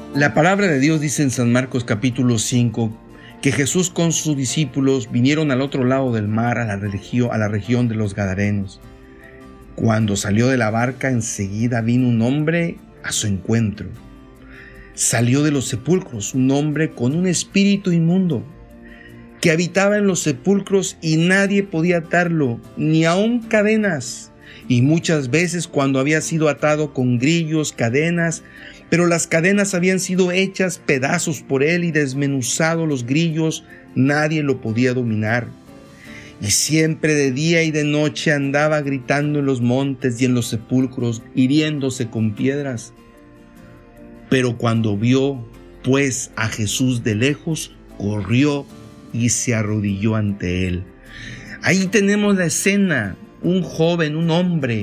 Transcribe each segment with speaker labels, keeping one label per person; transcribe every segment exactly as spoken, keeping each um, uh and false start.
Speaker 1: La palabra de Dios dice en San Marcos capítulo cinco que Jesús con sus discípulos vinieron al otro lado del mar, a la región, a la región de los Gadarenos. Cuando salió de la barca, enseguida vino un hombre a su encuentro. Salió de los sepulcros un hombre con un espíritu inmundo, que habitaba en los sepulcros y nadie podía atarlo, ni aun cadenas. Y muchas veces cuando había sido atado con grillos, cadenas, pero las cadenas habían sido hechas pedazos por él y desmenuzado los grillos, nadie lo podía dominar. Y siempre de día y de noche andaba gritando en los montes y en los sepulcros, hiriéndose con piedras. Pero cuando vio, pues, a Jesús de lejos, corrió y se arrodilló ante él. Ahí tenemos la escena, un joven, un hombre,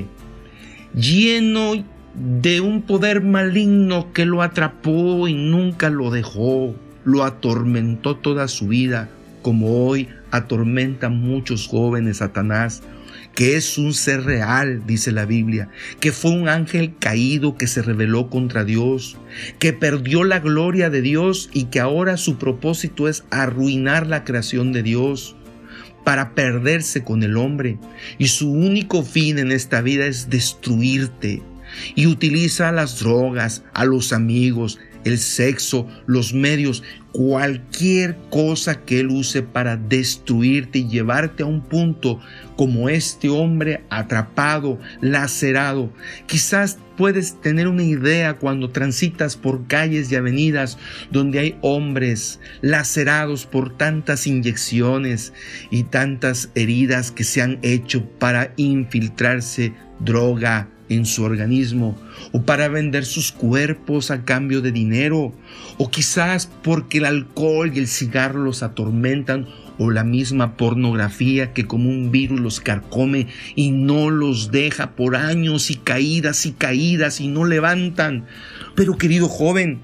Speaker 1: lleno de un poder maligno que lo atrapó y nunca lo dejó, lo atormentó toda su vida, como hoy atormenta a muchos jóvenes Satanás, que es un ser real, dice la Biblia, que fue un ángel caído que se rebeló contra Dios, que perdió la gloria de Dios y que ahora su propósito es arruinar la creación de Dios para perderse con el hombre. Y su único fin en esta vida es destruirte. Y utiliza las drogas, a los amigos, el sexo, los medios, cualquier cosa que él use para destruirte y llevarte a un punto como este hombre atrapado, lacerado. Quizás puedes tener una idea cuando transitas por calles y avenidas donde hay hombres lacerados por tantas inyecciones y tantas heridas que se han hecho para infiltrarse droga en su organismo, o para vender sus cuerpos a cambio de dinero, o quizás porque el alcohol y el cigarro los atormentan, o la misma pornografía que como un virus los carcome y no los deja por años y caídas y caídas y no levantan. Pero querido joven,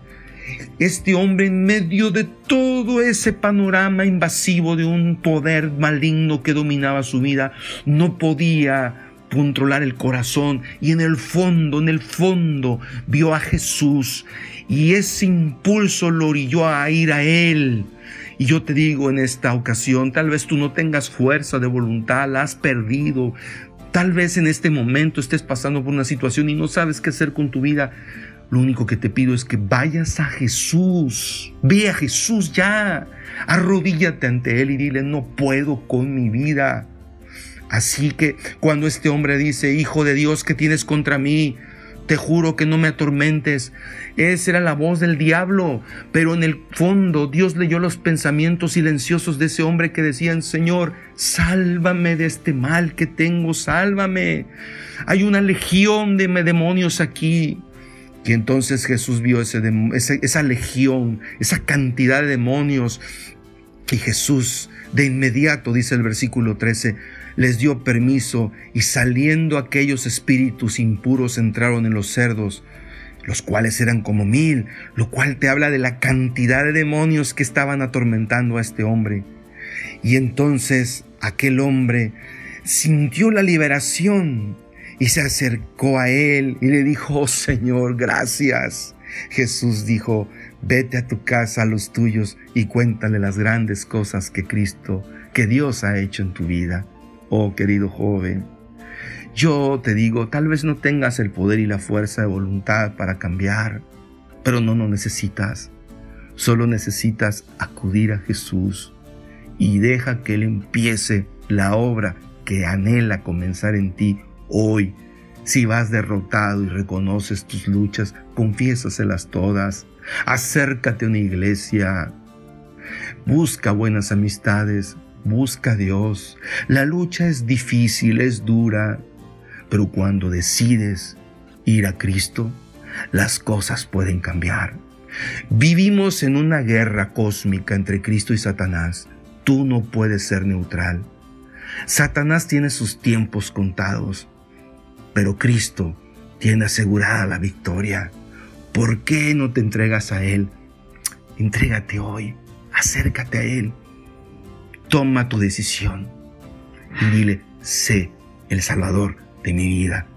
Speaker 1: este hombre en medio de todo ese panorama invasivo de un poder maligno que dominaba su vida, no podía controlar el corazón, y en el fondo, en el fondo vio a Jesús y ese impulso lo orilló a ir a Él. Y yo te digo en esta ocasión, tal vez tú no tengas fuerza de voluntad, la has perdido, tal vez en este momento estés pasando por una situación y no sabes qué hacer con tu vida. Lo único que te pido es que vayas a Jesús, ve a Jesús ya, arrodíllate ante Él y dile: no puedo con mi vida. Así que cuando este hombre dice: Hijo de Dios, ¿qué tienes contra mí? Te juro que no me atormentes. Esa era la voz del diablo, pero en el fondo Dios leyó los pensamientos silenciosos de ese hombre que decían: Señor, sálvame de este mal que tengo, sálvame. Hay una legión de demonios aquí. Y entonces Jesús vio ese, ese, esa legión, esa cantidad de demonios. Y Jesús de inmediato, dice el versículo trece, les dio permiso, y saliendo aquellos espíritus impuros entraron en los cerdos, los cuales eran como mil, lo cual te habla de la cantidad de demonios que estaban atormentando a este hombre. Y entonces aquel hombre sintió la liberación y se acercó a él y le dijo: oh Señor, gracias. Jesús dijo: vete a tu casa, a los tuyos, y cuéntale las grandes cosas que Cristo, que Dios ha hecho en tu vida. Oh, querido joven, yo te digo, tal vez no tengas el poder y la fuerza de voluntad para cambiar, pero no lo necesitas. Solo necesitas acudir a Jesús y deja que Él empiece la obra que anhela comenzar en ti hoy. Si vas derrotado y reconoces tus luchas, confiésaselas todas. Acércate a una iglesia. Busca buenas amistades. Busca a Dios. La lucha es difícil, es dura, pero cuando decides ir a Cristo, las cosas pueden cambiar. Vivimos en una guerra cósmica entre Cristo y Satanás. Tú no puedes ser neutral. Satanás tiene sus tiempos contados, pero Cristo tiene asegurada la victoria. ¿Por qué no te entregas a Él? Entrégate hoy, acércate a Él. Toma tu decisión y dile: sé el Salvador de mi vida.